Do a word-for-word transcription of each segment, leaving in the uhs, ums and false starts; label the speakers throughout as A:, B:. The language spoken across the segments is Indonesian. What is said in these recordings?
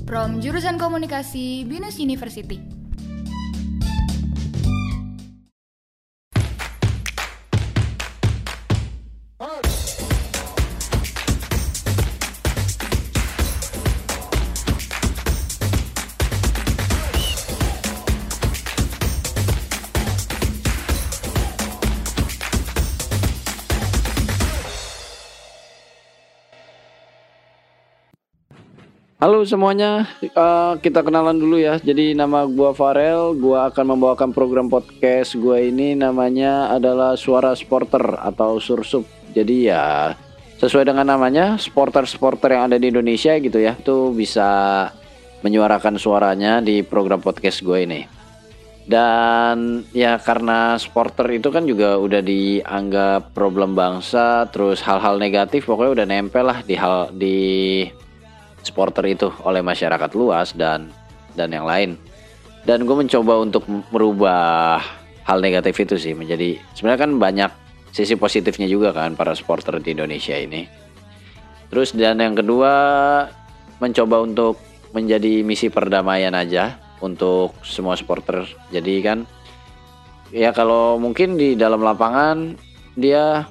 A: from jurusan Komunikasi Binus University.
B: Halo semuanya, uh, kita kenalan dulu ya. Jadi nama gua Farel, gua akan membawakan program podcast gua ini namanya adalah Suara Sporter atau Sursup. Jadi ya sesuai dengan namanya, sporter-sporter yang ada di Indonesia gitu ya, itu bisa menyuarakan suaranya di program podcast gua ini. Dan ya karena supporter itu kan juga udah dianggap problem bangsa, terus hal-hal negatif pokoknya udah nempel lah di hal di supporter itu oleh masyarakat luas dan dan yang lain. Dan gue mencoba untuk merubah hal negatif itu sih menjadi, sebenarnya kan banyak sisi positifnya juga kan para supporter di Indonesia ini. Terus dan yang kedua, mencoba untuk menjadi misi perdamaian aja untuk semua supporter. Jadi kan ya kalau mungkin di dalam lapangan dia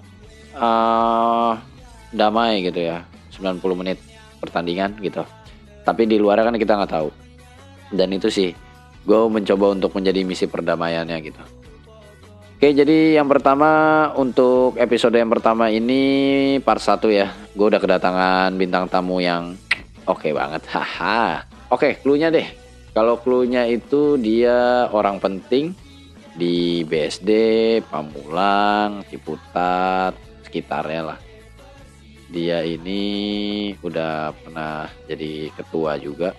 B: uh, damai gitu ya, sembilan puluh menit pertandingan gitu, tapi di luar kan kita nggak tahu. Dan itu sih gue mencoba untuk menjadi misi perdamaiannya gitu. Oke, jadi yang pertama untuk episode yang pertama ini part satu ya, gue udah kedatangan bintang tamu yang oke okay banget. Haha. Oke, cluenya deh. Kalau cluenya itu dia orang penting di B S D, Pamulang, Ciputat, sekitarnya lah. Dia ini udah pernah jadi ketua juga.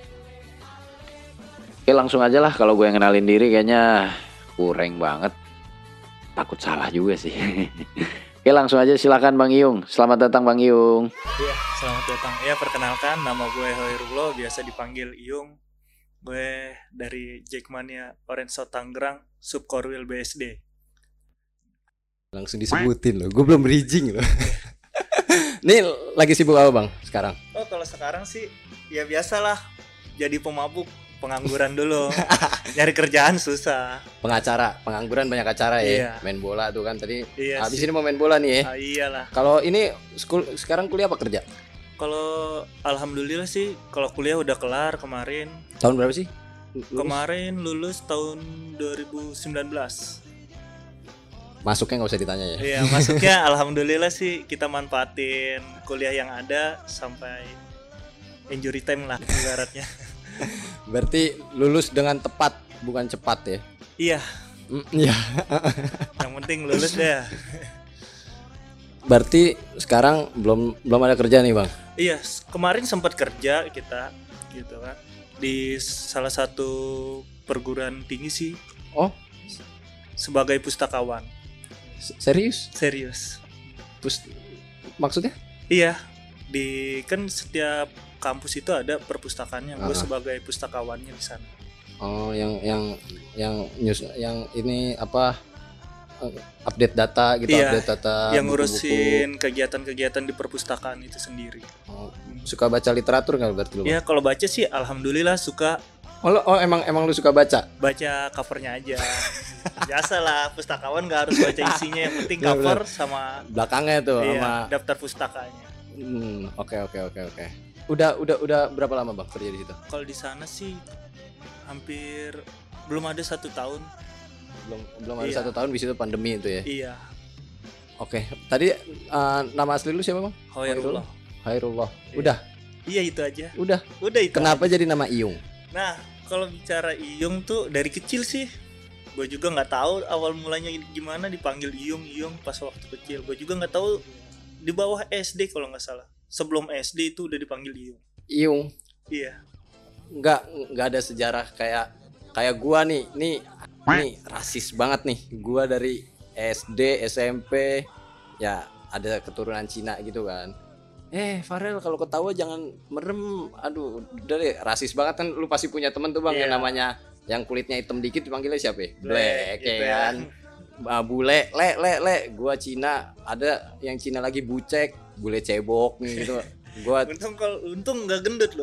B: Oke, langsung aja lah. Kalau gue yang kenalin diri kayaknya kurang banget. Takut salah juga sih. Oke, langsung aja silakan Bang Iyung. Selamat datang Bang Iyung.
C: Iya, selamat datang. Ya, perkenalkan nama gue Hoirullah, biasa dipanggil Iyung. Gue dari Jackmania Orange South Tangerang, Subkorwil B S D.
D: Langsung disebutin loh. Gue belum bridging loh. Nih lagi sibuk apa Bang sekarang?
C: Oh, kalau sekarang sih ya biasalah, jadi pemabuk, pengangguran dulu. Nyari kerjaan susah.
D: Pengacara, pengangguran banyak acara ya.
C: Iya.
D: Main bola tuh kan tadi.
C: Iya
D: Habis
C: sih.
D: ini mau main bola nih ya.
C: Ah, iyalah.
D: Kalau ini school, sekarang kuliah apa kerja?
C: Kalau alhamdulillah sih kalau kuliah udah kelar kemarin.
D: Tahun berapa sih? Lulus?
C: Kemarin lulus tahun dua ribu sembilan belas.
D: Masuknya nggak usah ditanya ya.
C: Iya, masuknya alhamdulillah sih kita manfaatin kuliah yang ada sampai injury time lah ibaratnya.
D: Berarti lulus dengan tepat, bukan cepat ya?
C: Iya.
D: Mm, iya.
C: Yang penting lulus deh.
D: Berarti sekarang belum belum ada kerja nih Bang?
C: Iya, kemarin sempat kerja kita gitu kan di salah satu perguruan tinggi sih.
D: Oh,
C: sebagai pustakawan.
D: serius?
C: Serius.
D: Pust maksudnya?
C: Iya, di kan setiap kampus itu ada perpustakaannya. Gue
D: Uh-huh.
C: sebagai pustakawannya di sana.
D: Oh, yang yang yang news yang ini apa? Update data gitu,
C: Iya,
D: update data.
C: yang
D: buku-buku.
C: ngurusin kegiatan-kegiatan di perpustakaan itu sendiri.
D: Oh, suka baca literatur nggak berarti lu?
C: Ya kalau baca sih alhamdulillah suka.
D: Oh, lo- oh emang emang lu suka baca?
C: Baca covernya aja. Biasalah, pustakawan nggak harus baca isinya, yang penting
D: Benar,
C: cover
D: benar.
C: sama
D: Belakangnya tuh
C: iya,
D: sama.
C: daftar pustakanya.
D: Hmm, oke oke oke oke. Udah udah udah berapa lama Bang kerja di situ?
C: Kalau di sana sih hampir belum ada satu tahun.
D: Belum belum ada
C: Iya.
D: satu tahun, di situ pandemi itu ya.
C: Iya.
D: Oke. Tadi uh, nama asli lu siapa Bang?
C: Hoirullah.
D: Hairullah.
C: Iya.
D: Udah.
C: Iya itu aja.
D: Udah.
C: Udah itu.
D: Kenapa
C: aja.
D: jadi nama Iyung?
C: Nah, kalau bicara Iyung tuh dari kecil sih. Gue juga nggak tahu awal mulanya gimana dipanggil Iyung Iyung pas waktu kecil. Gue juga nggak tahu di bawah S D kalau nggak salah. Sebelum S D itu udah dipanggil Iyung.
D: Iyung.
C: Iya.
D: Nggak nggak ada sejarah kayak kayak gua nih. Nih nih rasis banget nih. Gua dari S D, S M P ya ada keturunan Cina gitu kan. Eh Farel kalau ketawa jangan merem. Aduh udah deh, rasis banget kan. Lu pasti punya temen tuh Bang
C: Iya.
D: yang namanya yang kulitnya hitam dikit dipanggilnya siapa ya?
C: Black,
D: Black
C: gitu
D: ya
C: ya.
D: kan. Ah, bule, le, le, le. Gua Cina, ada yang Cina lagi bucek, bule cebok nih gitu. Gua
C: Untung kalau untung nggak gendut loh.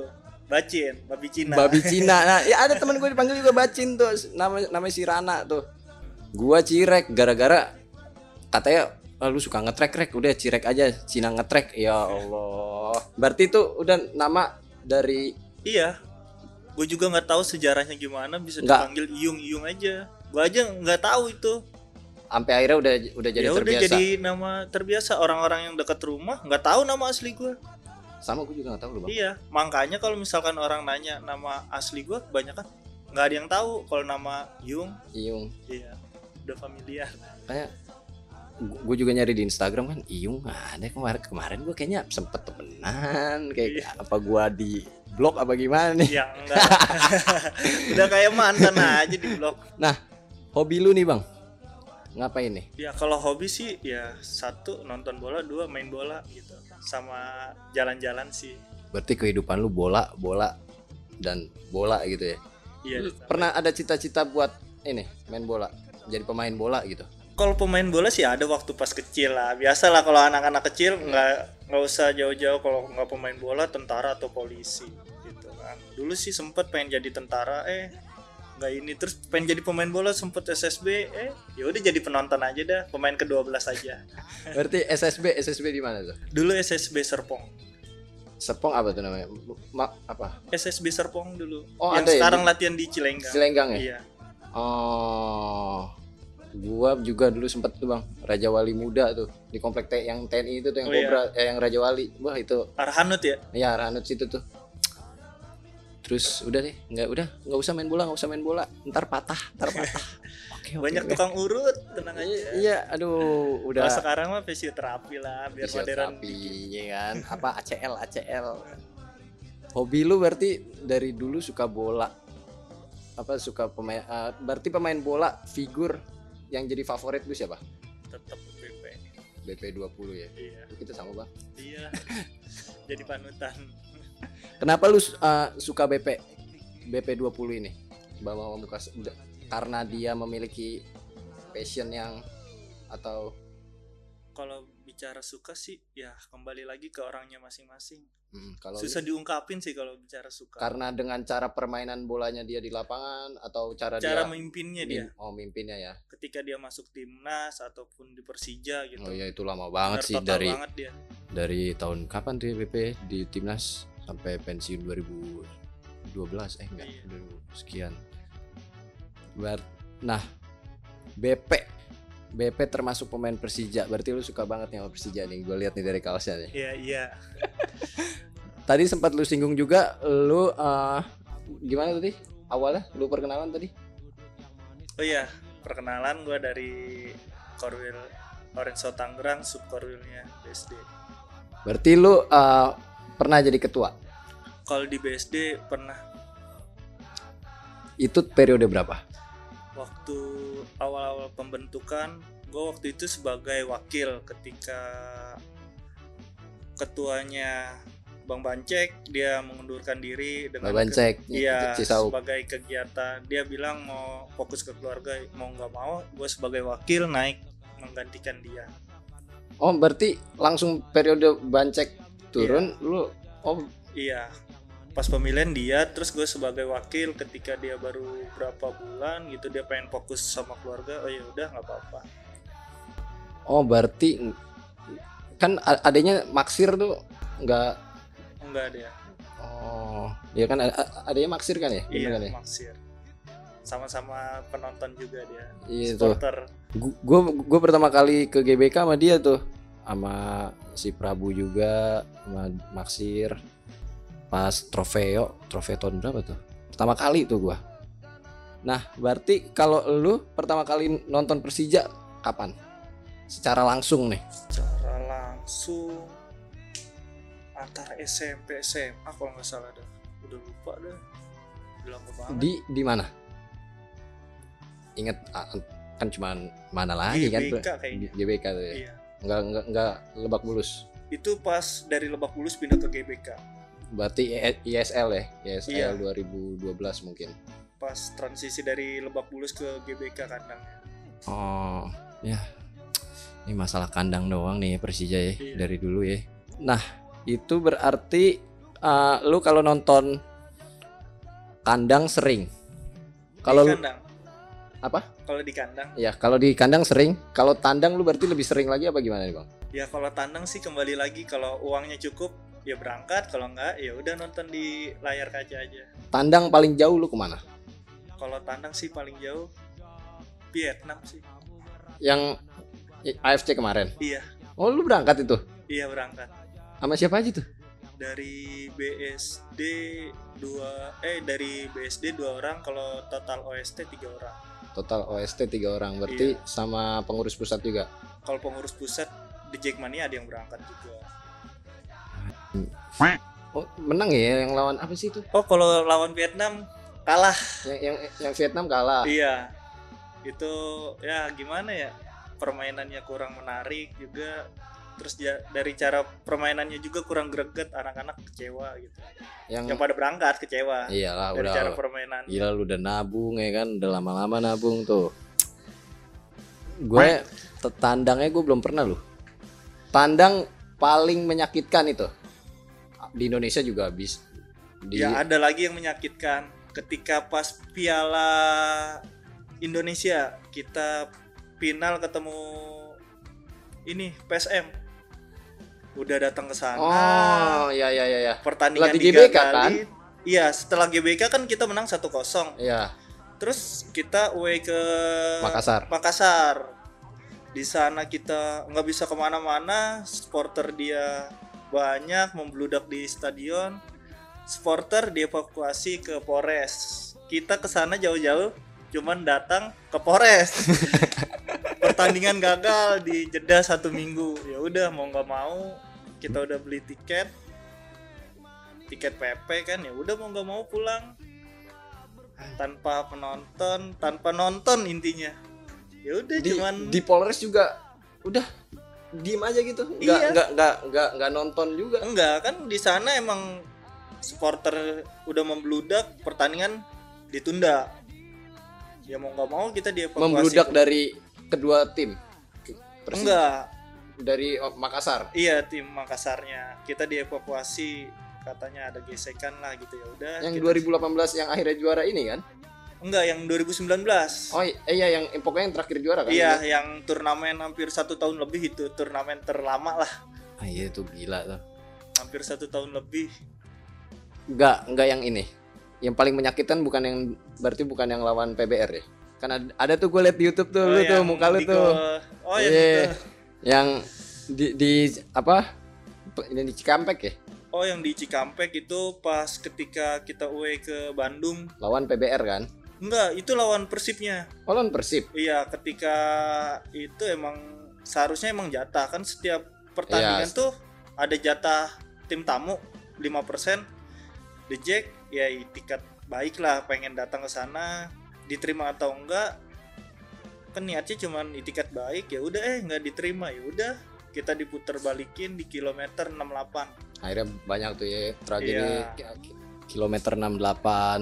C: Bacin, babi Cina.
D: Babi Cina. Nah, ya ada teman gue dipanggil juga Bacin tuh. Nama namanya si Rana tuh. Gua Cirek gara-gara katanya oh, lu suka ngetrek rek, udah Cirek aja, Cina ngetrek. Ya Allah. Berarti itu udah nama dari
C: Iya. Gue juga nggak tahu sejarahnya gimana bisa
D: Nggak.
C: dipanggil Iyung-Iyung aja. Gue aja nggak tahu itu.
D: sampai akhirnya udah udah jadi
C: Ya udah
D: terbiasa.
C: jadi nama terbiasa, orang-orang yang dekat rumah nggak tahu nama asli gue.
D: Sama gue juga nggak tahu loh bang.
C: Iya, makanya kalau misalkan orang nanya nama asli gue, kebanyakan nggak ada yang tahu kalau nama Yung.
D: Iyung.
C: Iya, udah familiar.
D: Kayak gue juga nyari di Instagram kan Iyung ada kemarin kemarin gue kayaknya sempet temenan kayak
C: Iya.
D: apa gue di blog apa gimana nih.
C: Ya enggak. Udah kayak mantan aja di blog.
D: Nah, hobi lu nih bang, ngapain nih?
C: Ya kalau hobi sih ya satu nonton bola, dua main bola gitu, sama jalan-jalan sih.
D: Berarti kehidupan lu bola, bola dan bola gitu ya.
C: Iya.
D: Lu pernah ada cita-cita buat ini main bola, jadi pemain bola gitu?
C: Kalau pemain bola sih ada waktu pas kecil lah. Biasalah kalau anak-anak kecil nggak nggak usah jauh-jauh, kalau nggak pemain bola tentara atau polisi gitu kan. Dulu sih sempet pengen jadi tentara, eh nggak ini, terus pengen jadi pemain bola sempet S S B, eh ya udah jadi penonton aja dah, pemain kedua belas aja.
D: Berarti S S B, S S B di mana tuh?
C: Dulu S S B Serpong.
D: Serpong apa tuh namanya? Ma, apa?
C: S S B Serpong dulu.
D: Oh,
C: yang
D: ada ya?
C: sekarang latihan di Cilenggang.
D: Cilenggang ya?
C: Iya.
D: Oh, gua juga dulu sempet tuh bang, Raja Wali Muda tuh di komplek T yang T N I itu tuh yang
C: Oh, iya.
D: Kobra, eh, yang Raja Wali. Wah itu,
C: Arhanut ya?
D: ya Ranut situ tuh. Terus udah deh, nggak udah nggak usah main bola, nggak usah main bola, ntar patah, ntar patah. Oke, oke,
C: Banyak
D: oke.
C: tukang urut, tenang aja.
D: Iya, aduh, udah.
C: Kalau sekarang mah fisioterapi lah, biar modern.
D: Fisioterapi, ya kan? Apa A C L, A C L. Hobi lu berarti dari dulu suka bola. Apa suka pemain? eh, berarti pemain bola figur yang jadi favorit lu siapa?
C: Tetap B P.
D: B P dua puluh ya.
C: Iya.
D: Kita sama bang.
C: Iya. Jadi panutan.
D: Kenapa lu eh, suka B P? B P dua puluh ini? Bambang Pamungkas karena dia memiliki passion yang atau
C: Kalau bicara suka sih ya kembali lagi ke orangnya masing-masing.
D: hmm, kalau
C: Susah diungkapin sih kalau bicara suka.
D: karena dengan cara permainan bolanya dia di lapangan atau cara,
C: Cara
D: dia
C: memimpinnya
D: mim-
C: dia
D: oh mimpinnya ya.
C: ketika dia masuk timnas ataupun di Persija gitu.
D: Oh ya itu lama banget
C: Benar
D: sih
C: total
D: dari
C: banget dia.
D: dari tahun kapan tuh ya B P di timnas sampai pensiun dua ribu dua belas eh enggak
C: Iya.
D: dua ribu sekian. Ber nah B P B P termasuk pemain Persija, berarti lu suka banget nih sama Persija nih, gue lihat nih dari kaosnya nih.
C: Iya, iya.
D: Tadi sempat lu singgung juga, lu eh, gimana tadi awalnya lu perkenalan tadi?
C: Oh iya, perkenalan gue dari Korwil Orenso Tangerang, sub Korwilnya B S D.
D: Berarti lu eh, pernah jadi ketua?
C: Kalau di B S D pernah
D: Itu periode berapa?
C: waktu awal-awal pembentukan, gue waktu itu sebagai wakil ketika ketuanya Bang Bancek dia mengundurkan diri dengan
D: Bang Bancek,
C: ke- iya
D: Cisauk.
C: sebagai kegiatan, dia bilang mau fokus ke keluarga, mau nggak mau gue sebagai wakil naik menggantikan dia.
D: Oh berarti langsung periode Bancek turun, lu oh
C: Iya, pas pemilihan dia, terus gue sebagai wakil ketika dia baru berapa bulan gitu, dia pengen fokus sama keluarga, oh ya udah nggak apa-apa.
D: oh berarti kan a- adanya Maksir tuh nggak
C: Enggak dia.
D: oh ya kan a- a- adanya Maksir kan ya? Bener
C: Iya,
D: kan ya?
C: Maksir. Sama-sama penonton juga dia.
D: Iya tuh.
C: Supporter.
D: Gue gue pertama kali ke G B K sama dia tuh, sama si Prabu juga, sama Maksir. Pas trofeo, trofeo tahun berapa tuh? Pertama kali tuh gua. Nah, berarti kalau lu pertama kali nonton Persija kapan? Secara langsung nih.
C: Secara langsung antara S M P S M A kalau nggak salah dah. Udah lupa dah. Udah lama banget.
D: Di di mana? Ingat ah, kan cuman mana lagi kan?
C: G B K kayaknya.
D: G B K tuh ya.
C: Iya.
D: Enggak enggak enggak Lebak Bulus.
C: Itu pas dari Lebak Bulus pindah ke G B K.
D: Berarti I S L ya? I S L
C: Iya.
D: dua ribu dua belas mungkin.
C: Pas transisi dari Lebak Bulus ke G B K kandangnya.
D: Oh, ya. Ini masalah kandang doang nih Persija ya
C: Iya.
D: dari dulu ya. Nah, itu berarti uh, lu kalau nonton kandang sering.
C: Kalau
D: Kalau
C: di kandang,
D: apa?
C: kalau di kandang,
D: Ya, kalau di kandang sering. Kalau tandang lu berarti lebih sering lagi apa gimana nih, Bang?
C: ya kalau tandang sih kembali lagi kalau uangnya cukup ya berangkat, kalau enggak ya udah nonton di layar kaca aja.
D: Tandang paling jauh lu kemana?
C: Kalau tandang sih paling jauh Vietnam sih.
D: Yang A F C kemarin.
C: Iya,
D: Oh, lu berangkat itu?
C: iya berangkat
D: Sama siapa aja tuh?
C: dari B S D dua eh dari B S D dua orang, kalau total O S T tiga orang.
D: Total O S T tiga orang. Berarti
C: Iya.
D: sama pengurus pusat juga.
C: Kalau pengurus pusat di Jackmania ada yang berangkat juga.
D: Oh, menang ya yang lawan apa sih itu?
C: Oh, kalau lawan Vietnam kalah.
D: Yang yang yang Vietnam kalah.
C: Iya, itu ya gimana ya, permainannya kurang menarik juga, terus ja- dari cara permainannya juga kurang greget, anak-anak kecewa gitu, yang
D: Yang
C: pada berangkat kecewa
D: iyalah
C: dari
D: udah
C: cara permainan.
D: gila lu udah nabung ya kan, udah lama-lama nabung tuh. Gue te- tandangnya gue belum pernah loh. Tandang paling menyakitkan itu di Indonesia juga habis. Di
C: Ya ada lagi yang menyakitkan ketika pas Piala Indonesia kita final ketemu ini P S M, udah datang ke sana.
D: Oh, ya ya ya ya.
C: Pertandingan
D: Pelatih G B K
C: digagalin. Iya, setelah G B K kan kita menang satu kosong.
D: Iya,
C: Terus kita away ke
D: Makassar.
C: Makassar. Di sana kita nggak bisa kemana-mana, supporter dia banyak membludak di stadion. Supporter dievakuasi ke Polres. Kita ke sana jauh-jauh, cuman datang ke Polres. Pertandingan gagal di jeda satu minggu. Ya udah mau nggak mau kita udah beli tiket, tiket P P kan, ya udah mau nggak mau pulang tanpa penonton, tanpa nonton intinya. Ya udah
D: Di
C: cuman
D: di Polres juga udah diem aja gitu. Enggak
C: Iya.
D: enggak enggak enggak enggak nonton juga.
C: enggak kan, di sana emang supporter udah membludak, pertandingan ditunda. Ya mau nggak mau kita dievakuasi.
D: Membludak dari kedua tim. Persis.
C: Enggak,
D: Dari oh, Makassar.
C: iya tim Makassarnya. Kita dievakuasi, katanya ada gesekan lah gitu, ya udah.
D: Yang
C: kita-
D: dua ribu delapan belas yang akhirnya juara ini kan?
C: Enggak, yang dua ribu sembilan belas.
D: Oh i- iya yang pokoknya yang terakhir juara kan?
C: Iya, yang turnamen hampir satu tahun lebih, itu turnamen terlama lah,
D: Ah, iya itu gila tuh.
C: hampir satu tahun lebih.
D: Enggak, enggak yang ini. Yang paling menyakitkan bukan yang berarti bukan yang lawan P B R ya. Kan ada, ada tuh gue liat di YouTube tuh, lu tuh
C: yang
D: muka lu
C: di
D: tuh.
C: go- Oh yang
D: Iya.
C: itu.
D: Yang di, di apa? Ini di Cikampek ya?
C: Oh yang di Cikampek itu pas ketika kita away ke Bandung.
D: Lawan P B R kan?
C: Enggak, itu lawan Persibnya.
D: Oh, lawan Persib.
C: Iya, ketika itu emang seharusnya emang jatah kan, setiap pertandingan
D: Iya.
C: tuh ada jatah tim tamu lima persen. The Jack ya tiket baik lah, pengen datang ke sana, diterima atau enggak. Kan niatnya cuman tiket baik, ya udah eh nggak diterima, ya udah kita diputer balikin di kilometer enam puluh delapan.
D: Akhirnya banyak tuh ya tragedi
C: Iya.
D: ki- ki- kilometer enam puluh delapan.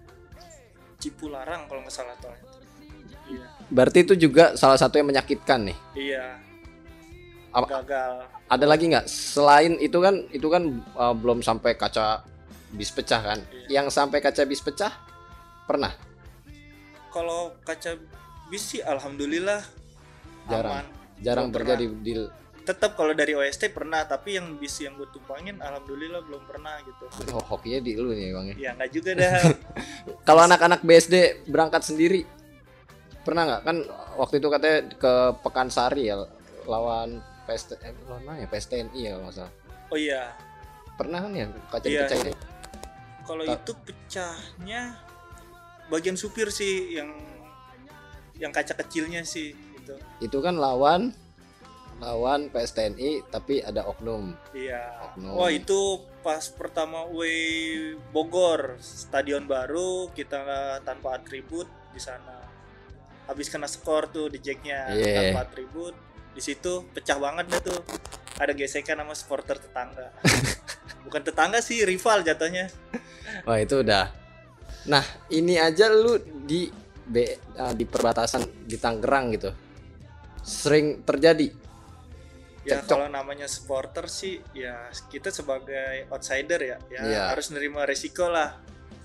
C: Cipularang kalau nggak salah tuh. Iya.
D: Berarti itu juga salah satu yang menyakitkan nih.
C: Iya.
D: Apa-
C: Gagal.
D: Ada lagi nggak selain itu kan itu kan uh, belum sampai kaca bis pecah kan?
C: Iya.
D: Yang sampai kaca bis pecah pernah?
C: Kalau kaca bis sih alhamdulillah
D: Jarang.
C: aman.
D: Jarang
C: Belum
D: terjadi di
C: Tetap kalau dari O S T pernah, tapi yang bis yang gue tumpangin alhamdulillah belum pernah gitu.
D: oh, hokinya di lu nih Bang ya.
C: Ya nggak juga dah.
D: Kalau anak-anak B S D berangkat sendiri pernah nggak? Kan waktu itu katanya ke Pekansari ya lawan P S T eh, lawan mana ya? P S T N I ya kalau nggak salah.
C: Oh iya,
D: Pernah kan ya kaca
C: Iya.
D: dipecah ini?
C: kalau
D: Ta-
C: itu pecahnya bagian supir sih, yang yang kaca kecilnya sih itu.
D: Itu kan lawan lawan P S T N I tapi ada oknum.
C: Iya.
D: Oknum.
C: Wah itu pas pertama W Bogor, stadion baru, kita tanpa atribut di sana. Habis kena skor tuh di Jacknya
D: Iya.
C: tanpa atribut. Di situ pecah banget dah tuh. Ada gesekan sama supporter tetangga. Bukan tetangga sih, rival jatuhnya.
D: Wah itu udah. Nah ini aja lu di B, ah, di perbatasan di Tangerang gitu sering terjadi.
C: Ya
D: Cekcok.
C: kalau namanya supporter sih, ya kita sebagai outsider ya, ya
D: Iya.
C: harus nerima resiko lah.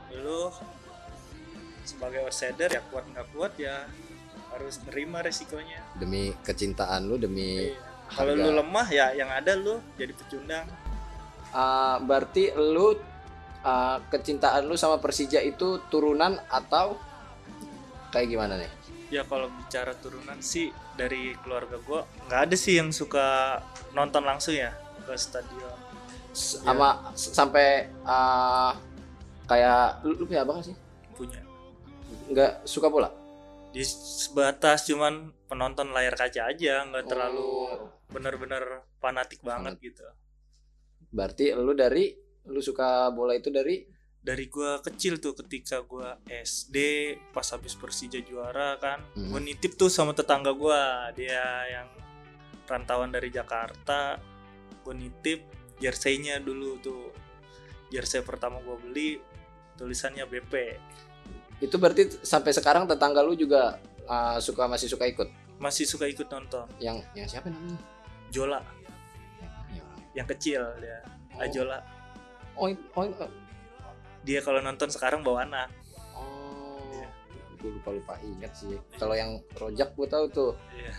C: lu sebagai outsider ya kuat nggak kuat ya harus terima resikonya.
D: Demi kecintaan lu, demi
C: Iya. Kalau lu lemah ya yang ada lu jadi pecundang.
D: Uh, berarti lu uh, kecintaan lu sama Persija itu turunan atau kayak gimana nih?
C: Ya kalau bicara turunan sih dari keluarga gue nggak ada sih yang suka nonton langsung ya ke stadion.
D: Sama ya. Sampai uh, kayak lu, lu punya abang sih?
C: Punya.
D: Nggak suka bola?
C: Di sebatas cuman penonton layar kaca aja, nggak oh. terlalu bener-bener fanatik banget Fanat. gitu.
D: Berarti lu dari lu suka bola itu dari
C: dari gua kecil tuh, ketika gua S D pas habis Persija juara kan, hmm. gua nitip tuh sama tetangga gua, dia yang rantauan dari Jakarta, gua nitip jersey-nya dulu tuh. Jersey pertama gua beli tulisannya B P.
D: Itu berarti sampai sekarang tetangga lu juga uh, suka masih suka ikut?
C: Masih suka ikut nonton.
D: Yang yang siapa namanya?
C: Jola. Yang kecil dia, oh. Ajola.
D: Oh, oh, oh.
C: Dia kalau nonton sekarang bawa anak.
D: Oh. Yeah. Gue lupa-lupa ingat sih. Yeah. Kalau yang Rojak gue tahu tuh.
C: Yeah.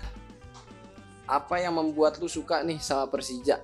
D: Apa yang membuat lu suka nih sama Persija?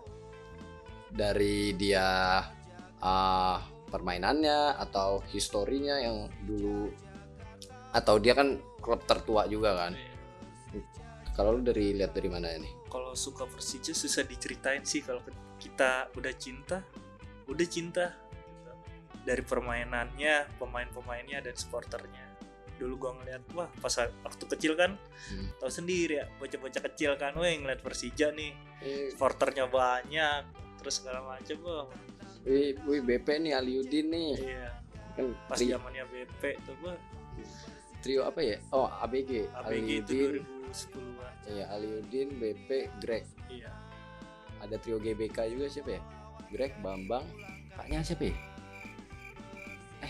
D: Dari dia uh, permainannya atau historinya yang dulu, atau dia kan klub tertua juga kan? Yeah. Kalau lu dari lihat dari mana nih?
C: Kalau suka Persija susah diceritain sih. Kalau kita udah cinta, udah cinta dari permainannya, pemain-pemainnya dan supporternya. Dulu gua ngeliat, wah pas waktu kecil kan, hmm. tahu sendiri ya, bocah-bocah kecil kan, wah ngeliat Persija nih, eh. supporternya banyak, terus segala macam, wah.
D: Wih, wih B P nih, Aliudin nih.
C: Iya. Kan pas zamannya B P tuh gua.
D: Trio apa ya? Oh, A B G.
C: A B G Aliudin, itu dua ribu sepuluhan.
D: Iya, Aliudin, B P, Greg.
C: Iya. Ada
D: trio G B K juga siapa ya? Greg, Bambang, kaknya siapa ya? Eh,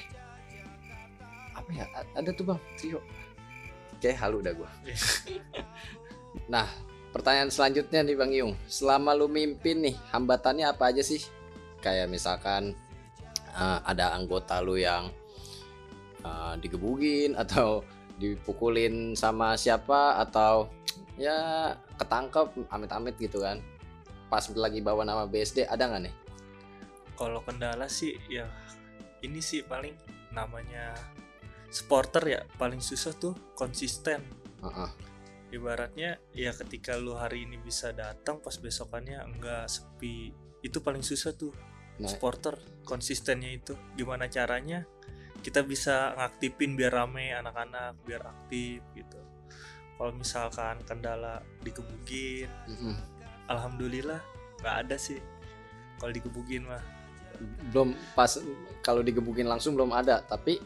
D: apa ya? A- ada tuh bang, trio. Kayak halu dah gua. Nah, pertanyaan selanjutnya nih Bang Iyung. Selama lu mimpin nih, hambatannya apa aja sih? Kayak misalkan uh, ada anggota lu yang uh, digebugin atau dipukulin sama siapa, atau ya ketangkep amit-amit gitu kan, pas lagi bawa nama B S D, ada nggak nih?
C: Kalau kendala sih ya ini sih paling namanya supporter ya, paling susah tuh konsisten. Uh-uh. Ibaratnya ya ketika lu hari ini bisa datang, pas besokannya enggak, sepi, itu paling susah tuh. Nah. Supporter konsistennya itu gimana caranya kita bisa ngaktifin biar rame anak-anak, biar aktif gitu. Kalau misalkan kendala digebugin, mm-hmm. alhamdulillah nggak ada sih. Kalau digebugin mah
D: belum, pas kalau digebugin langsung belum ada, tapi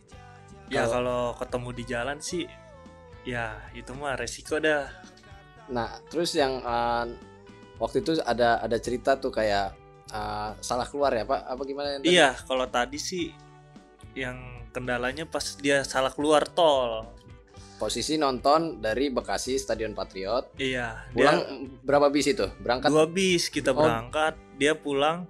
C: ya kalau ketemu di jalan sih ya itu mah resiko dah.
D: Nah terus yang uh, waktu itu ada ada cerita tuh kayak uh, salah keluar ya Pak, apa gimana? Yang
C: iya, kalau tadi sih yang kendalanya pas dia salah keluar tol.
D: Posisi nonton dari Bekasi Stadion Patriot.
C: Iya.
D: Pulang dia, berapa bis itu? Berangkat?
C: Dua bis kita oh. berangkat. Dia pulang.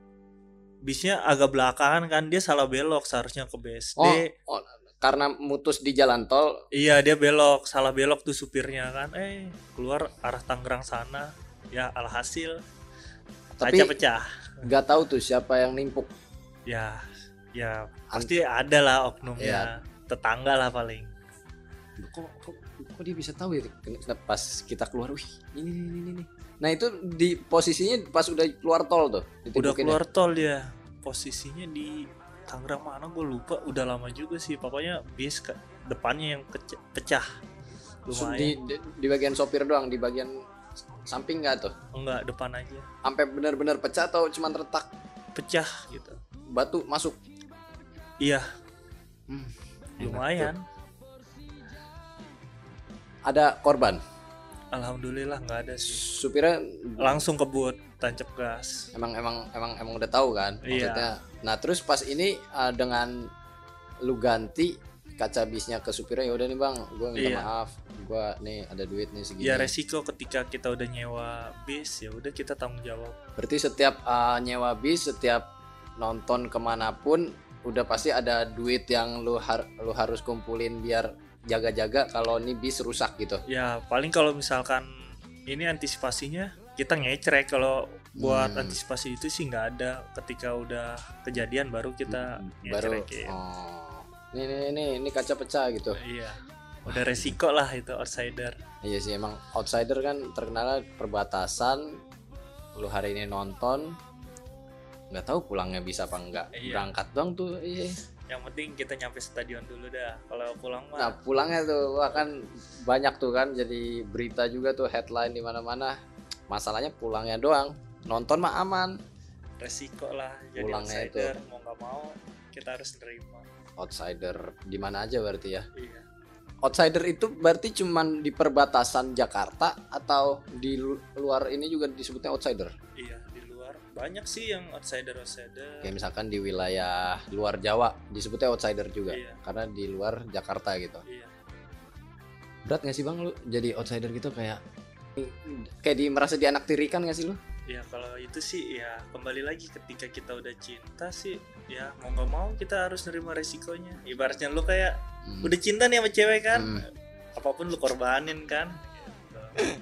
C: Bisnya agak belakangan kan. Dia salah belok seharusnya ke B S D.
D: Oh, oh, karena mutus di jalan tol.
C: Iya, dia belok. Salah belok tuh supirnya kan. Eh, keluar arah Tangerang sana. Ya, alhasil
D: tapi
C: kaca pecah.
D: Gak tahu tuh siapa yang nimpuk.
C: Ya, ya pasti ada lah oknumnya. Ya. Tetangga lah paling.
D: Kok, kok, kok dia bisa tahu ya pas kita keluar, wih ini ini ini ini. Nah itu di posisinya pas udah keluar tol tuh.
C: Udah keluar ya? Tol dia. Posisinya di Tangerang mana gue lupa. Udah lama juga sih. Pokoknya bis ke depannya yang kece- pecah. Lumayan.
D: Di, di, di bagian sopir doang, di bagian samping nggak tuh?
C: Enggak, depan aja.
D: Sampai benar-benar pecah atau cuma retak?
C: Pecah gitu.
D: Batu masuk.
C: Iya. Hmm, lumayan.
D: Ada korban?
C: Alhamdulillah nggak ada sih.
D: Supirnya
C: langsung kebut, tancap gas.
D: Emang emang emang emang udah tahu kan maksudnya.
C: Iya.
D: Nah terus pas ini uh, dengan lu ganti kaca bisnya ke supirnya, ya udah nih bang, gue minta iya. maaf, gue nih ada duit nih segini.
C: Ya resiko ketika kita udah nyewa bis, ya udah kita tanggung jawab.
D: Berarti setiap uh, nyewa bis, setiap nonton kemanapun udah pasti ada duit yang lu har- lu harus kumpulin biar jaga-jaga kalau nih bis rusak gitu.
C: Ya paling kalau misalkan ini antisipasinya kita ngecrek, kalau buat
D: Hmm.
C: antisipasi itu sih nggak ada. Ketika udah kejadian baru kita
D: Baru
C: ngecrekin.
D: oh. Nih nih nih ini kaca pecah gitu.
C: Iya, udah resiko lah itu outsider.
D: Iya sih, emang outsider kan terkenal perbatasan. Lu hari ini nonton nggak tahu pulangnya bisa apa enggak.
C: Iya.
D: Berangkat doang tuh. Iya.
C: Yang penting kita nyampe stadion dulu dah. Kalau pulang mah
D: Nah, pulangnya tuh wah kan banyak tuh kan jadi berita juga tuh, headline di mana-mana. Masalahnya pulangnya doang. Nonton mah aman.
C: resiko lah. Jadi
D: Pulangnya
C: outsider mau nggak mau kita harus nerima.
D: Outsider di mana aja berarti ya.
C: Iya.
D: Outsider itu berarti cuman di perbatasan Jakarta atau di lu- luar ini juga disebutnya outsider?
C: Iya, di luar banyak sih yang outsider outsider.
D: Kayak misalkan di wilayah luar Jawa disebutnya outsider juga.
C: Iya.
D: Karena di luar Jakarta gitu.
C: Iya.
D: Berat gak sih Bang lu jadi outsider gitu, kayak kayak di merasa dianaktirikan gak sih lu?
C: Ya kalau itu sih ya kembali lagi ketika kita udah cinta sih ya mau nggak mau kita harus nerima resikonya. Ibaratnya lu kayak
D: Hmm.
C: udah cinta nih sama cewek kan,
D: Hmm.
C: apapun lu korbanin kan. Gitu.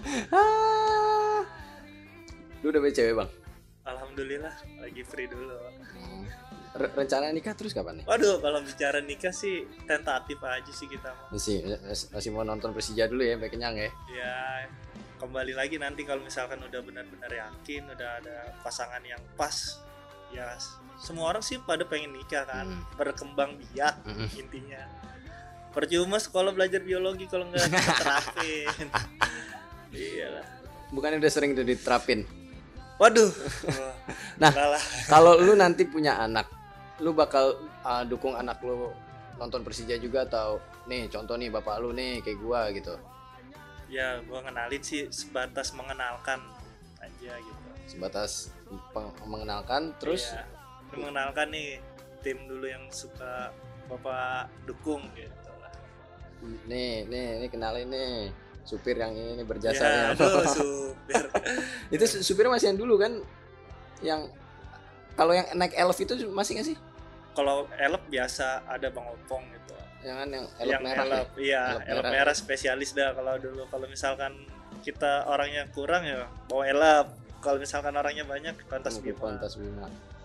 D: Ah. Lu udah punya cewek Bang?
C: Alhamdulillah lagi free dulu.
D: Re- rencana nikah terus kapan nih?
C: Waduh, kalau bicara nikah sih tentatif aja sih kita mah.
D: Masih masih mau nonton Persija dulu ya, sampai kenyang ya.
C: Ya kembali lagi nanti kalau misalkan udah benar-benar yakin udah ada pasangan yang pas, ya semua orang sih pada pengen nikah kan,
D: Hmm.
C: berkembang biak
D: Mm-mm.
C: intinya. Percuma sekolah belajar biologi kalau nggak terapin. Iyalah.
D: Bukannya udah sering tuh diterapin.
C: Waduh. Wah,
D: Nah.
C: enggak lah.
D: Kalau lu nanti punya anak, lu bakal uh, dukung anak lu nonton Persija juga, atau nih contoh nih bapak lu nih kayak gua gitu.
C: Ya gua kenalin sih sebatas mengenalkan aja gitu.
D: Sebatas peng- mengenalkan terus
C: Iya, mengenalkan nih tim dulu yang suka bapak dukung gitu lah.
D: nih nih nih kenalin nih supir yang ini berjasa
C: Ya,
D: nih.
C: aduh, supir.
D: Itu su- supirnya masih yang dulu kan, yang kalau yang naik elf itu masih nggak sih?
C: Kalau elep biasa ada Bang Opong gitu.
D: Yang kan yang elf
C: Yang
D: merah
C: elep,
D: ya?
C: iya,
D: Elep
C: elep
D: merah.
C: merah spesialis dah kalau dulu. Kalau misalkan kita orangnya kurang ya bawa elep. Kalau misalkan orangnya banyak Kontas
D: Ngumpul
C: Bima.
D: Kuantas Bima.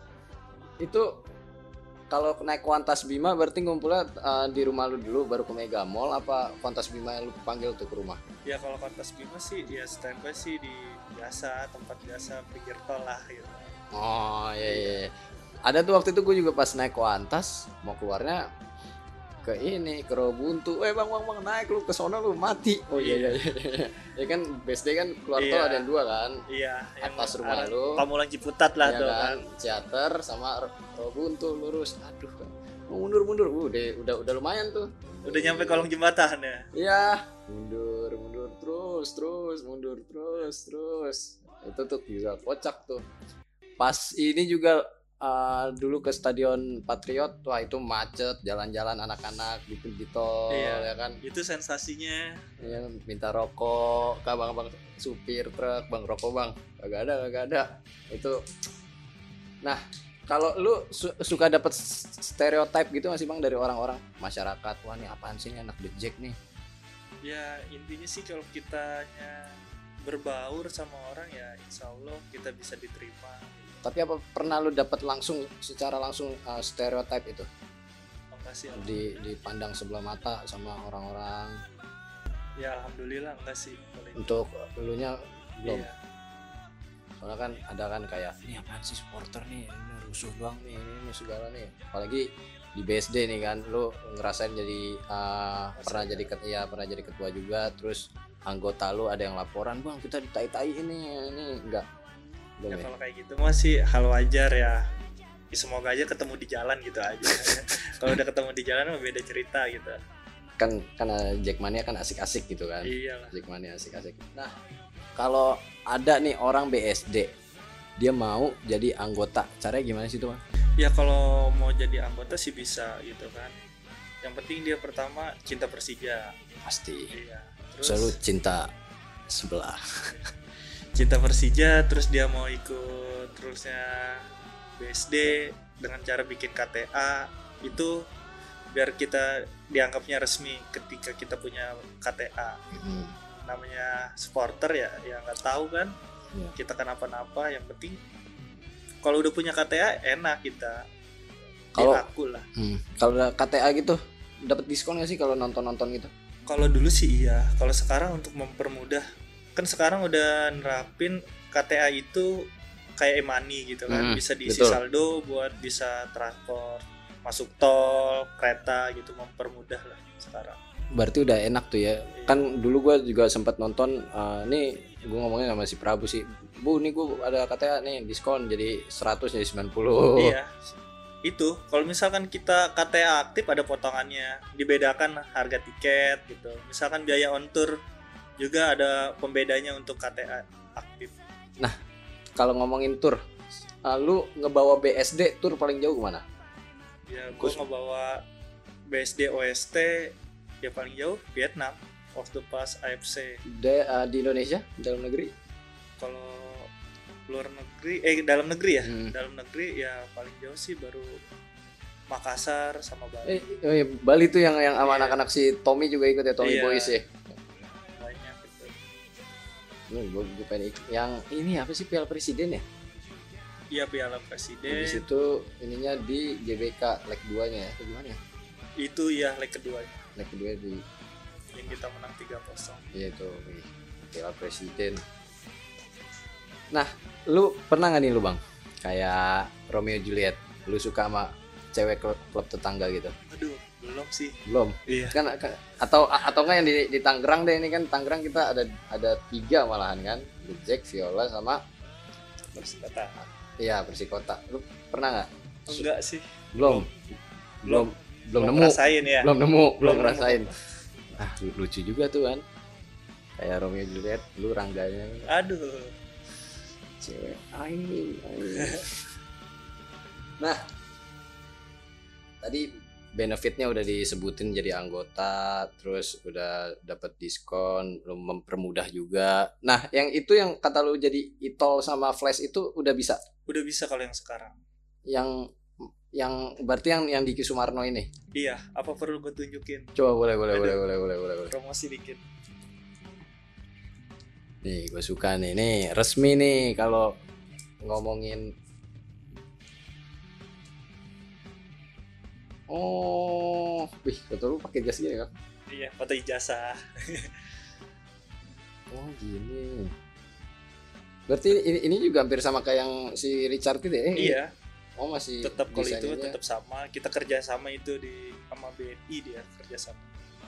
D: Itu kalau naik Kuantas Bima berarti ngumpulnya uh, di rumah lu dulu baru ke Mega Mall, apa Kuantas Bima yang lu panggil tuh ke rumah?
C: Ya kalau Kontas Bima sih ya standby sih di biasa, tempat biasa pinggir tol lah gitu.
D: Oh iya iya. iya. Ada tuh waktu itu gue juga pas naik Kuantas mau keluarnya ke ini ke Robuntu. Eh bang bang bang naik lu ke sono lu mati. Oh iya iya. iya. Ya kan B S D kan keluar tol
C: Iya.
D: ada yang dua kan.
C: Iya,
D: Atas rumah
C: arah
D: lu.
C: Pamulang Ciputat lah
D: Ya
C: tuh
D: kan,
C: kan.
D: Ciater sama Robuntu lurus. Aduh kan. Mau mundur mundur. Uh, udah udah udah lumayan tuh.
C: Udah nyampe kolong jembatan ya.
D: Iya, mundur, mundur terus, terus, mundur terus, terus. Itu tuh juga kocak tuh. Pas ini juga uh, dulu ke Stadion Patriot, wah itu macet, jalan-jalan anak-anak di di tol
C: Iya.
D: ya kan.
C: Itu sensasinya.
D: Ya, minta rokok, ke abang-abang supir truk, bang rokok bang, kagak ada, kagak ada. Itu. Nah, kalau lu su- suka dapet stereotype gitu masih bang dari orang-orang masyarakat, wah nih apaan sih nih anak The Jack nih?
C: Ya intinya sih kalau kitanya berbaur sama orang ya insya Allah kita bisa diterima.
D: Tapi apa pernah lu dapat langsung secara langsung uh, stereotype itu
C: Enggak sih.
D: di dipandang sebelah mata sama orang-orang?
C: Ya alhamdulillah enggak sih. Kalau itu.
D: Untuk elunya belum.
C: Iya.
D: Soalnya kan ada kan kayak ini apaan sih supporter nih, ini rusuh doang nih, ini, ini segala nih. Apalagi di B S D nih kan, lu ngerasain jadi uh, pernah jadi ket, ya, pernah jadi ketua juga, terus anggota lu ada yang laporan, bang kita ditai-tai ini, ini enggak. Belum
C: Ya
D: ya?
C: kalau kayak gitu masih hal wajar ya. Ya, semoga aja ketemu di jalan gitu aja. Kalau udah ketemu di jalan mah beda cerita gitu.
D: Kan kan uh, Jackmania kan asik-asik gitu kan.
C: Iyalah.
D: Jackmania asik-asik. Nah, kalau ada nih orang B S D, dia mau jadi anggota, caranya gimana sih tuh, Bang?
C: Ya kalau mau jadi anggota sih bisa gitu kan. Yang penting dia pertama cinta Persija.
D: Pasti.
C: Iya. Terus
D: Selalu cinta sebelah.
C: cinta Persija, terus dia mau ikut terusnya B S D dengan cara bikin K T A Itu biar kita dianggapnya resmi ketika kita punya K T A.
D: Hmm.
C: Namanya supporter ya, ya nggak tahu kan
D: Ya.
C: kita kenapa-napa, yang penting kalau udah punya K T A enak kita.
D: Kalau-
C: Diaku lah.
D: Hmm. Kalau udah K T A gitu dapat diskon nggak sih kalau nonton-nonton gitu?
C: Kalau dulu sih iya, kalau sekarang untuk mempermudah, kan sekarang udah nerapin K T A itu kayak e-money gitu kan,
D: Hmm,
C: bisa diisi
D: betul.
C: saldo buat bisa transport, masuk tol, kereta gitu, mempermudah lah sekarang.
D: Berarti udah enak tuh ya. Kan dulu gue juga sempat nonton, eh, nih gue ngomongnya sama si Prabu sih, Bu nih gue ada K T A nih diskon jadi seratus jadi sembilan puluh.
C: Iya, itu kalau misalkan kita K T A aktif ada potongannya, dibedakan harga tiket gitu. Misalkan biaya on tour juga ada pembedanya untuk K T A aktif.
D: Kalau ngomongin tour, eh, lu ngebawa B S D tour paling jauh kemana?
C: Ya gue
D: Kus-
C: ngebawa B S D O S T ya paling jauh Vietnam waktu pas A F C.
D: De, eh, di Indonesia, dalam negeri?
C: Kalau luar negeri, eh dalam negeri ya,
D: Hmm.
C: dalam negeri ya paling jauh sih baru Makassar sama Bali.
D: Eh, eh, Bali tuh yang yang sama
C: Iya.
D: anak-anak si Tommy juga ikut ya, Tommy
C: Iya.
D: Boys ya.
C: Banyak gitu.
D: Nih gue, gue pengen ikut. Yang ini apa sih Piala Presiden ya?
C: Iya Piala
D: Di
C: Presiden
D: situ ininya di G B K leg dua-nya ya. Atau gimana ya?
C: itu ya leg keduanya
D: Leg kedua di
C: yang kita menang tiga kosong.
D: iya itu wih, Piala Presiden. Nah, lu pernah nggak nih lu bang? Kayak Romeo Juliet, lu suka sama cewek klub, klub tetangga gitu?
C: Aduh, belum sih.
D: Belum.
C: Iya.
D: Kan kan- atau atau nggak yang di, di Tangerang deh, ini kan Tangerang kita ada ada tiga malahan kan, The Jack, Viola sama
C: Persikota.
D: iya Persikota. Lu pernah nggak?
C: Enggak sih.
D: Belum. Belum. Belum nemu.
C: ngerasain ya.
D: Belum nemu, belum
C: Belum
D: ngerasain. Ah, lu- lucu juga tuh kan. Kayak Romeo Juliet, lu rangganya
C: Aduh.
D: cewek. Ai, ai. Nah, tadi benefitnya udah disebutin jadi anggota, terus udah dapat diskon, lu mempermudah juga. Nah, yang itu yang kata lu jadi e-tol sama flash itu udah bisa.
C: Udah bisa kalau yang sekarang.
D: Yang yang berarti yang yang di Ki Sumarno ini.
C: Iya, apa perlu gue tunjukin?
D: Coba boleh boleh
C: Aduh.
D: boleh boleh boleh boleh. boleh.
C: Promosi dikit.
D: Nih, gue suka nih. Nih, resmi nih kalau ngomongin. Oh, wih, betul lu pakai jas gini kan?
C: Iya, foto ijazah.
D: Oh, gini. Berarti ini, ini juga hampir sama kayak yang si Richard itu ya? Eh,
C: Iya,
D: Oh, masih
C: tetap kalau itu
D: desainnya.
C: tetap sama. Kita kerja sama itu di sama B N I dia kerja sama.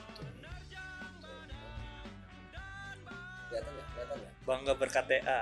D: Kelihatan ya? Kelihatan ya?
C: Bangga ber-K T A.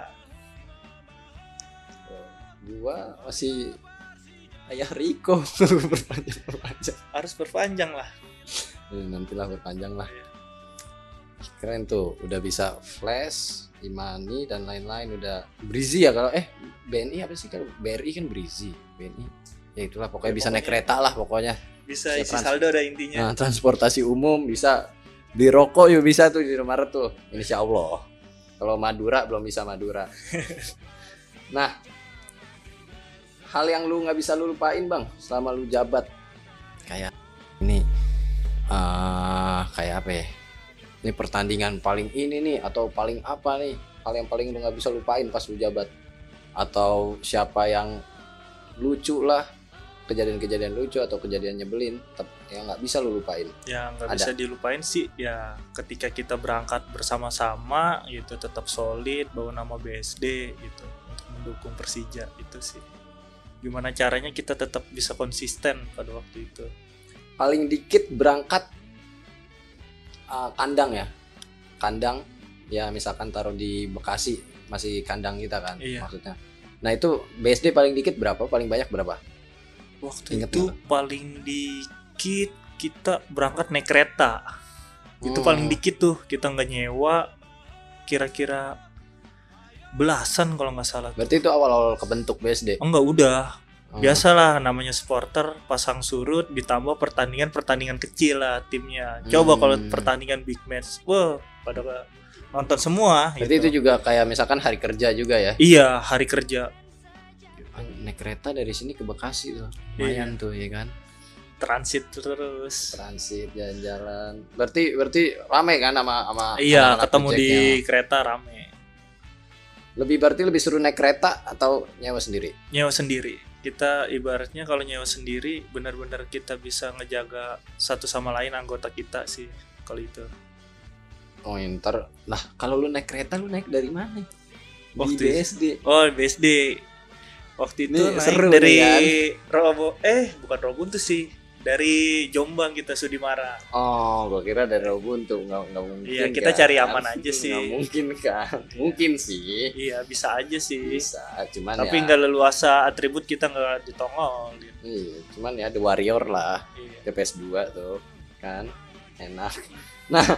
D: Oh, gua masih ayah Riko berpanjang berpanjang.
C: Harus berpanjang lah.
D: Ya, nantilah berpanjang lah.
C: Iya.
D: Keren tuh, udah bisa flash, imani dan lain-lain, udah Breezy ya kalau eh B N I apa sih kalau B R I kan Breezy, B N I ya itulah pokoknya
C: Ya,
D: bisa naik
C: pokoknya-
D: kereta lah pokoknya.
C: Bisa
D: Bisa
C: isi
D: trans-
C: saldo ada intinya.
D: Nah, transportasi umum bisa, beli rokok yuk bisa tuh di Indomaret tuh, insya Allah. Kalau Madura belum bisa Madura. Nah, hal yang lu nggak bisa lu lupain bang selama lu jabat kayak ini, ah kayak apa ya? Ini pertandingan paling ini nih atau paling apa nih? Hal yang paling lu nggak bisa lupain pas lu jabat, atau siapa yang lucu lah, kejadian-kejadian lucu atau kejadian nyebelin tep- yang nggak bisa lu lupain.
C: Ya nggak
D: Ada.
C: bisa dilupain sih ya ketika kita berangkat bersama-sama gitu, tetap solid bawa nama B S D gitu untuk mendukung Persija itu sih. Gimana caranya kita tetap bisa konsisten pada waktu itu.
D: Paling dikit berangkat uh, kandang ya, kandang ya misalkan taruh di Bekasi masih kandang kita kan,
C: Iya.
D: maksudnya. Nah itu B S D paling dikit berapa, paling banyak berapa?
C: Waktu
D: Ingat
C: itu
D: nggak?
C: paling dikit kita berangkat naik kereta. Itu
D: Hmm.
C: paling dikit tuh, kita nggak nyewa, kira-kira belasan kalau nggak salah.
D: Berarti itu awal-awal kebentuk B S D.
C: Oh, enggak, udah.
D: Hmm.
C: Biasalah namanya supporter, pasang surut ditambah pertandingan-pertandingan kecil lah timnya. Coba
D: Hmm.
C: kalau pertandingan big match, wah pada nonton semua.
D: Berarti
C: gitu.
D: itu juga kayak misalkan hari kerja juga ya.
C: Iya, hari kerja.
D: Naik kereta dari sini ke Bekasi tuh, lumayan tuh ya kan.
C: transit terus.
D: Transit jalan-jalan. Berarti berarti rame kan sama sama
C: Iya,
D: anak-anak
C: ketemu di
D: ojeknya?
C: kereta rame.
D: Lebih berarti lebih seru naik kereta atau nyewa sendiri?
C: Nyewa sendiri. Kita ibaratnya kalau nyewa sendiri benar-benar kita bisa ngejaga satu sama lain anggota kita sih kalau itu.
D: Oh, ntar. Nah, kalau lu naik kereta lu naik dari mana? Di
C: Waktu
D: B S D.
C: Oh, B S D. Waktu itu
D: Ini
C: naik
D: seru
C: dari
D: nih kan?
C: Robo eh bukan Robuntu sih. Dari Jombang kita Sudimara.
D: Oh, gua kira dari Robuntu. Nggak, nggak mungkin.
C: Iya, kita
D: kan?
C: cari aman aja sih.
D: Nggak mungkin kan? Mungkin sih.
C: Iya, bisa aja sih.
D: Bisa, cuman
C: Tapi
D: ya.
C: nggak leluasa atribut kita nggak ditongol gitu.
D: Iya, cuman ya The Warrior lah.
C: Iya.
D: T P S dua tuh kan enak. Nah,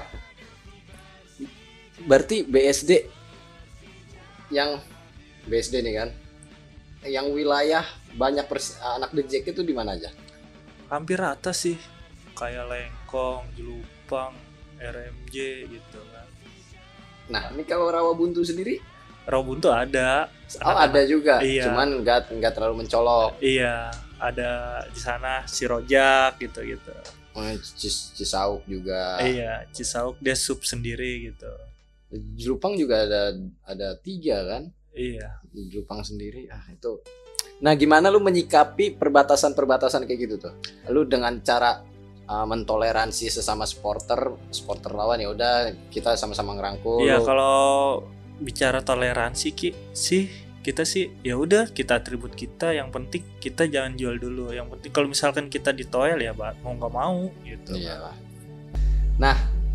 D: berarti B S D yang B S D nih kan, yang wilayah banyak pers- anak dejek itu di mana aja?
C: Hampir rata sih. Kayak Lengkong, Jelupang, R M J gitu kan.
D: Nah, ini kalau Rawabuntu sendiri,
C: Robuntu ada.
D: oh ada juga,
C: Iya.
D: cuman nggak nggak terlalu mencolok.
C: Iya, ada di sana si Rojak gitu-gitu.
D: Oh, Cis- Cisauk juga.
C: Iya, Cisauk dia sub sendiri gitu.
D: Jelupang juga ada ada tiga kan?
C: Iya.
D: Di Jelupang sendiri, ah itu. Nah, gimana lu menyikapi perbatasan-perbatasan kayak gitu tuh? Lu dengan cara uh, mentoleransi sesama supporter, supporter lawan ya udah kita sama-sama ngerangkul.
C: Iya,
D: lu-
C: kalau bicara toleransi Ki, sih kita sih ya udah kita atribut kita, yang penting kita jangan jual dulu. Yang penting kalau misalkan kita ditoel ya, Pak, mau nggak mau gitu.
D: Iya lah. Nah,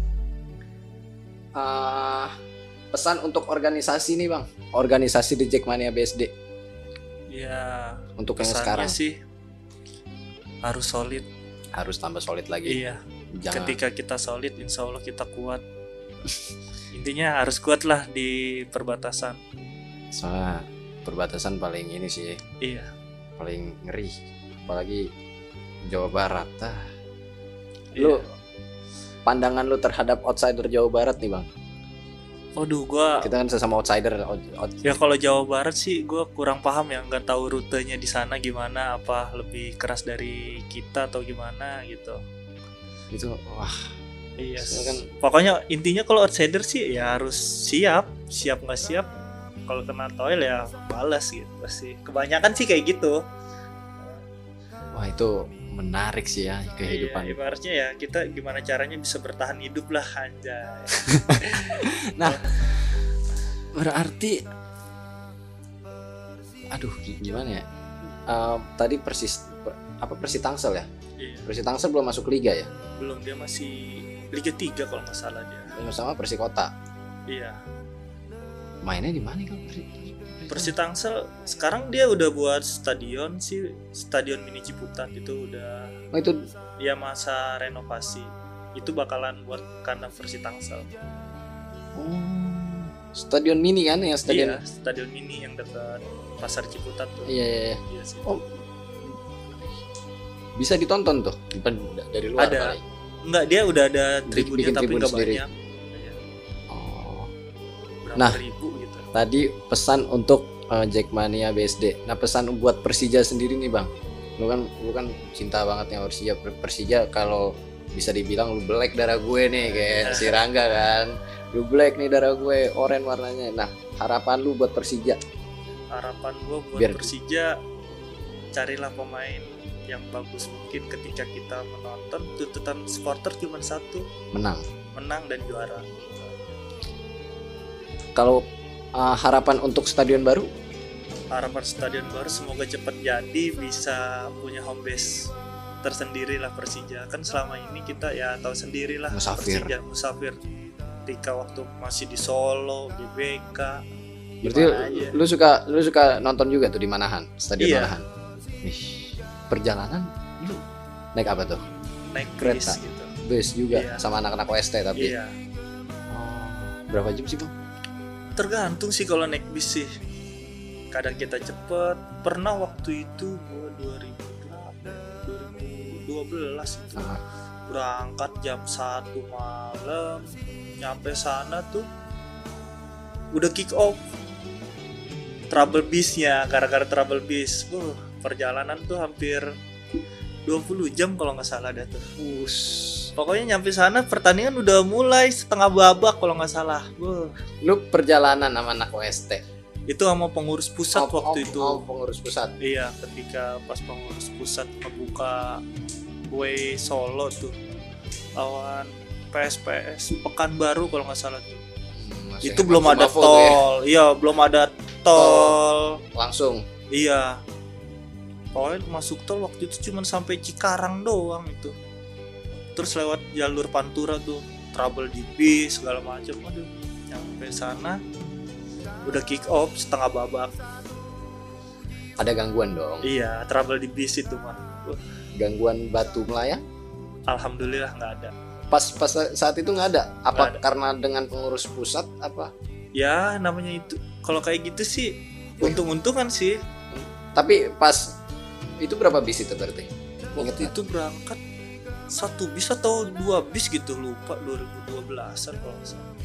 D: uh, pesan untuk organisasi nih bang, organisasi The Jackmania B S D
C: Iya,
D: untuk yang
C: pesannya
D: sekarang
C: sih harus solid.
D: harus tambah solid lagi.
C: Iya.
D: Jangan.
C: Ketika kita solid, insya Allah kita kuat. Intinya harus kuat lah di perbatasan.
D: Soalnya perbatasan paling ini sih,
C: Iya.
D: paling ngeri, apalagi Jawa Barat. Ah.
C: Iya.
D: Lu pandangan lu terhadap outsider Jawa Barat nih bang?
C: Waduh, gua
D: Kita kan sesama outsider. out- out-
C: ya kalau Jawa Barat sih gua kurang paham ya, nggak tahu rutenya di sana gimana, apa lebih keras dari kita atau gimana gitu.
D: Itu wah.
C: Iya.
D: Soalnya kan-
C: Pokoknya intinya kalau outsider sih ya harus siap, siap nggak siap. Kalau kena toil ya balas gitu sih. Kebanyakan sih kayak gitu.
D: Wah itu menarik sih ya kehidupan.
C: Iya, ibaratnya ya kita gimana caranya bisa bertahan hidup lah, anjay.
D: Berarti, aduh gi- gimana ya? Eh, tadi persis per- apa Persi Tangsel ya?
C: Iya.
D: Persi Tangsel belum masuk liga ya?
C: Belum, dia masih Liga tiga kalau nggak salah dia.
D: Yang sama Persi Kota.
C: Iya.
D: Mainnya di mana kalau Persi?
C: Persi Tangsel sekarang dia udah buat stadion sih, stadion mini Ciputat itu udah
D: Oh itu
C: dia masa renovasi. Itu bakalan buat kandang Persi Tangsel.
D: oh, stadion mini kan yang stadion.
C: Iya, stadion mini yang dekat Pasar Ciputat tuh.
D: Iya, iya, iya.
C: Iya sih.
D: Oh, bisa ditonton tuh Bukan dari luar
C: Ada.
D: kali.
C: Enggak, dia udah ada
D: Bikin-
C: tribunnya
D: bikin
C: tapi
D: tribun
C: nggak
D: sendiri.
C: banyak.
D: Oh.
C: Berapa
D: Nah.
C: ribu gitu.
D: Tadi pesan untuk uh, Jackmania B S D. Nah pesan buat Persija sendiri nih bang. Lu kan lu kan cinta banget yang Persija. Persija kalau bisa dibilang lu black darah gue nih kayak si Rangga kan. Lu black nih darah gue, oranye warnanya. Nah harapan lu buat Persija?
C: Harapan gue buat
D: Biar-
C: Persija, carilah pemain yang bagus mungkin. Ketika kita menonton, tuntutan supporter cuma satu,
D: Menang.
C: menang dan juara.
D: Kalau uh, harapan untuk stadion baru?
C: Harapan stadion baru semoga cepat jadi, bisa punya home base tersendiri lah Persija. Kan selama ini kita ya tahu sendiri lah,
D: Musafir.
C: Persija musafir. Ketika waktu masih di Solo, G B K,
D: Berarti
C: gimana aja.
D: lu suka lu suka nonton juga tuh di Manahan, stadion
C: Iya.
D: Manahan. Ih, perjalanan lu naik apa tuh?
C: naik
D: Kereta.
C: bis gitu.
D: Bus juga
C: Iya.
D: sama anak-anak O S T tapi.
C: Iya.
D: Oh, berapa jam sih bang?
C: Tergantung sih kalau naik bis sih. Kadang kita cepet. Pernah waktu itu gua dua ribu berapa? dua ribu dua belas itu.
D: Ah.
C: Berangkat jam satu malam, nyampe sana tuh udah kick off. Trouble bisnya, gara-gara trouble bis. Uh, perjalanan tuh hampir dua puluh jam kalau nggak salah dah tuh.
D: Us.
C: Pokoknya nyampe sana pertandingan udah mulai setengah babak kalau nggak salah. Wuh.
D: Lu perjalanan sama anak O S T.
C: Itu sama pengurus pusat
D: Oh,
C: waktu
D: oh,
C: itu.
D: oh, pengurus pusat.
C: Iya, ketika pas pengurus pusat ngebuka Way Solo tuh lawan P S P S Pekanbaru kalau nggak salah tuh.
D: Hmm, masih
C: Itu belum
D: hemat
C: ada
D: Mafo tuh ya.
C: tol. Iya, belum ada tol.
D: Langsung.
C: Iya. Pokoknya masuk tol waktu itu cuma sampai Cikarang doang itu. Terus lewat jalur Pantura tuh, trouble di bis segala macam. Aduh, nyampe sana udah kick off setengah babak.
D: Ada gangguan dong.
C: Iya, trouble di bis itu mah. Wah,
D: Gangguan batu melayang.
C: alhamdulillah nggak ada.
D: Pas pas saat itu nggak ada. Apa
C: Nggak ada.
D: karena dengan pengurus pusat apa?
C: Ya namanya itu. Kalau kayak gitu sih untung-untungan sih.
D: Tapi pas itu berapa bis itu berarti? Ingat
C: Waktu
D: nggak?
C: itu berangkat satu bis atau dua bis gitu, lupa dua ribu dua belasan kalau nggak salah.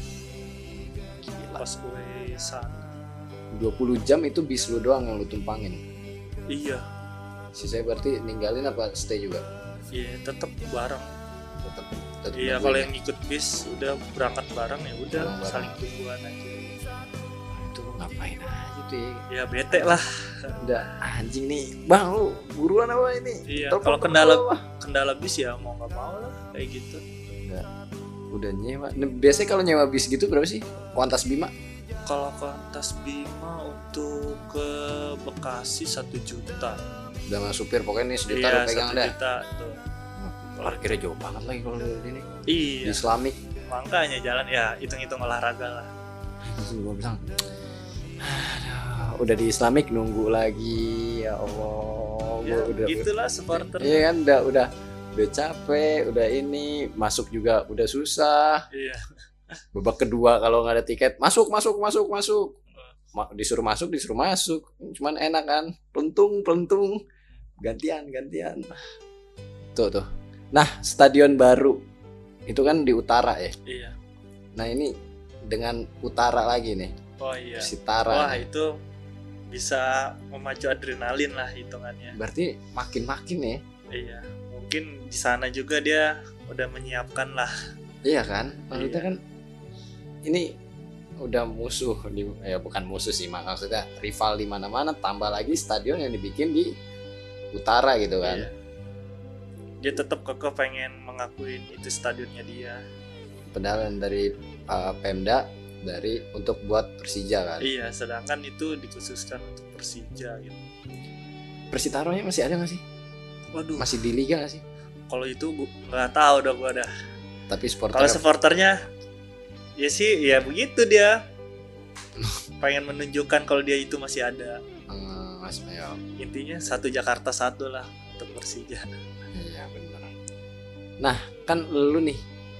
D: Gila.
C: Pas gue sana.
D: dua puluh jam itu bis lu doang yang lu tumpangin.
C: Iya,
D: Sisanya berarti ninggalin apa stay juga?
C: iya tetap bareng.
D: Tetap. tetap
C: Iya,
D: nungguin
C: kalau
D: ya?
C: yang ikut bis udah berangkat bareng ya udah
D: Bareng-bareng.
C: saling tungguan aja.
D: Itu lu ngapain aja tuh ya?
C: Ya bete lah.
D: Udah anjing nih, bang lu buruan apa ini?
C: Iya,
D: Telepon
C: kalau
D: temen
C: kendala
D: lu apa?
C: kendala bis ya mau nggak mau lah kayak gitu.
D: Udah, udah nyewa. Nah, biasanya kalau nyewa bis gitu berapa sih? Kuantas Bima?
C: Kalau Kuantas Bima untuk ke Bekasi satu juta.
D: Udah sama supir pokoknya nih sejuta
C: Iya,
D: lu pegang
C: satu
D: dah.
C: juta tuh.
D: Parkirnya jauh banget lagi kalau di ini. Di
C: Iya,
D: Islamik.
C: makanya jalan ya hitung-hitung olahraga lah.
D: Gue bilang, "Aduh, udah di Islamik nunggu lagi ya Allah.
C: Ya,
D: Gua udah
C: gitulah supporter.
D: Iya kan udah udah udah capek, udah ini masuk juga udah susah.
C: Iya.
D: Babak kedua kalau nggak ada tiket masuk masuk masuk masuk. Ma- disuruh masuk disuruh masuk. Cuman enak kan, pelentung pelentung gantian gantian. Tuh tuh. Nah stadion baru itu kan di utara ya.
C: Iya.
D: Nah ini dengan utara lagi nih,
C: Oh iya.
D: Sitara.
C: Wah,
D: nih.
C: itu bisa memacu adrenalin lah hitungannya.
D: Berarti makin-makin ya.
C: Iya. Mungkin di sana juga dia udah menyiapkan lah.
D: Iya kan? Maksudnya
C: Iya.
D: kan ini udah musuh di ya bukan musuh sih maksudnya rival di mana-mana, tambah lagi stadion yang dibikin di utara gitu kan.
C: Iya. Dia tetap kekeh pengen mengakuin itu stadionnya dia.
D: Padahal dari uh, Pemda dari untuk buat Persija kan.
C: Iya, sedangkan itu dikhususkan untuk Persija gitu.
D: Persitaronya masih ada nggak sih?
C: Waduh,
D: Masih di liga nggak sih?
C: kalau itu gua nggak tahu dah gua dah.
D: Tapi supporter
C: Kalau supporternya ya sih ya begitu dia. Pengen menunjukkan kalau dia itu masih ada.
D: hmm, Mas Mayo.
C: Intinya satu Jakarta satu lah untuk Persija.
D: Iya benar. Nah kan lu nih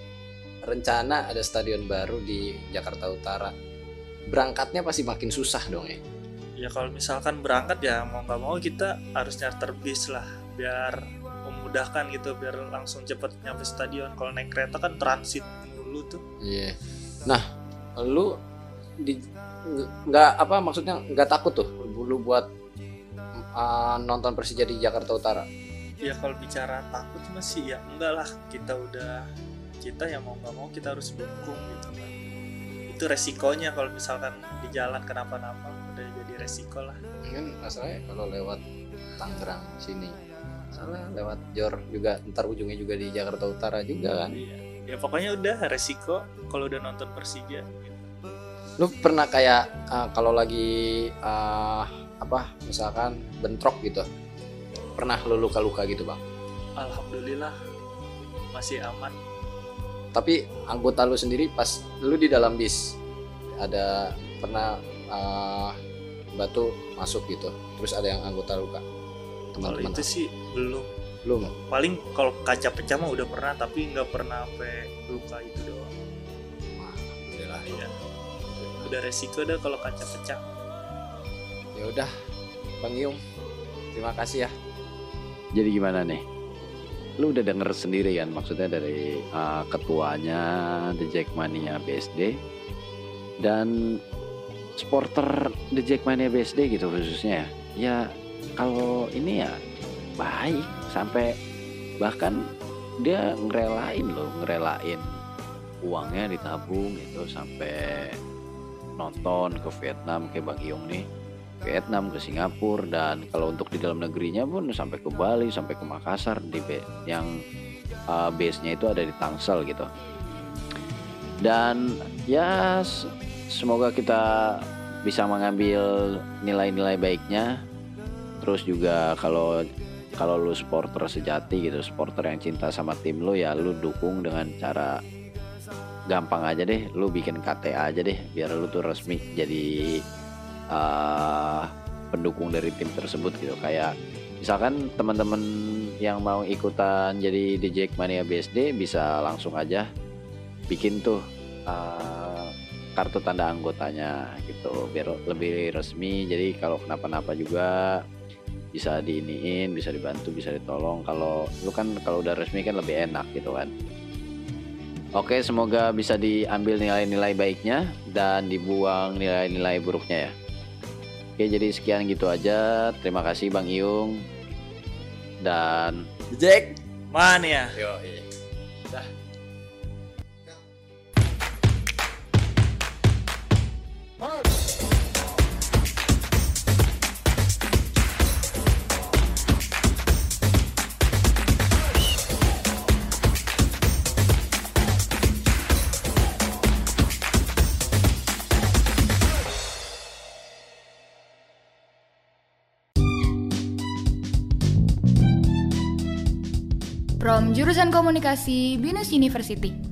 D: rencana ada stadion baru di Jakarta Utara. Berangkatnya pasti makin susah dong ya.
C: Ya kalau misalkan berangkat ya mau nggak mau kita harus nyarter bis lah biar memudahkan gitu, biar langsung cepet nyampe stadion. Kalau naik kereta kan transit dulu tuh.
D: Iya. Nah, lu di nggak apa maksudnya nggak takut tuh lu buat uh, nonton Persija di Jakarta Utara?
C: Ya kalau bicara takut masih ya enggak lah, kita udah kita ya mau nggak mau kita harus dukung gitu kan. Itu resikonya kalau misalkan di jalan kenapa-napa udah jadi resiko lah.
D: Kan masalahnya kalau lewat Tangerang sini, salah lewat Jor juga ntar ujungnya juga di Jakarta Utara juga kan.
C: Iya. Ya pokoknya udah resiko kalau udah nonton Persija gitu.
D: Lu pernah kayak uh, kalau lagi uh, apa misalkan bentrok gitu, pernah lu luka-luka gitu bang?
C: Alhamdulillah masih aman.
D: Tapi anggota lu sendiri pas lu di dalam bis ada pernah uh, batu masuk gitu, terus ada yang anggota luka?
C: Kalau
D: Teman-teman
C: itu sih belum.
D: belum.
C: Paling kalau kaca pecah mah udah pernah, tapi nggak pernah sampai luka itu doang.
D: Wah, alhamdulillah.
C: Iya. Udah resiko dah kalau kaca pecah.
D: Ya udah, Bang Yung, terima kasih ya.
B: Jadi gimana nih? Lu udah denger sendiri kan maksudnya dari uh, ketuanya The Jackmania B S D dan supporter The Jackmania B S D gitu khususnya ya. Ya kalau ini ya baik, sampai bahkan dia ngerelain loh, ngerelain uangnya ditabung gitu sampai nonton ke Vietnam kayak Bang Iyung nih, Vietnam, ke Singapura, dan kalau untuk di dalam negerinya pun sampai ke Bali, sampai ke Makassar, di be- yang uh, base-nya itu ada di Tangsel gitu. Dan ya s- semoga kita bisa mengambil nilai-nilai baiknya. Terus juga kalau kalau lu supporter sejati gitu, supporter yang cinta sama tim lu, ya lu dukung dengan cara gampang aja deh, lu bikin K T A aja deh biar lu tuh resmi jadi uh, pendukung dari tim tersebut gitu. Kayak misalkan teman-teman yang mau ikutan jadi D J Mania B S D bisa langsung aja bikin tuh uh, kartu tanda anggotanya gitu biar lebih resmi. Jadi kalau kenapa-napa juga bisa diiniin, bisa dibantu, bisa ditolong. Kalau lu kan kalau udah resmi kan lebih enak gitu kan. Oke, semoga bisa diambil nilai-nilai baiknya dan dibuang nilai-nilai buruknya ya. Oke, jadi sekian gitu aja. Terima kasih Bang Iyung dan
D: Jack.
C: Mania.
D: Yo, iya. Dah.
A: From jurusan Komunikasi Binus University.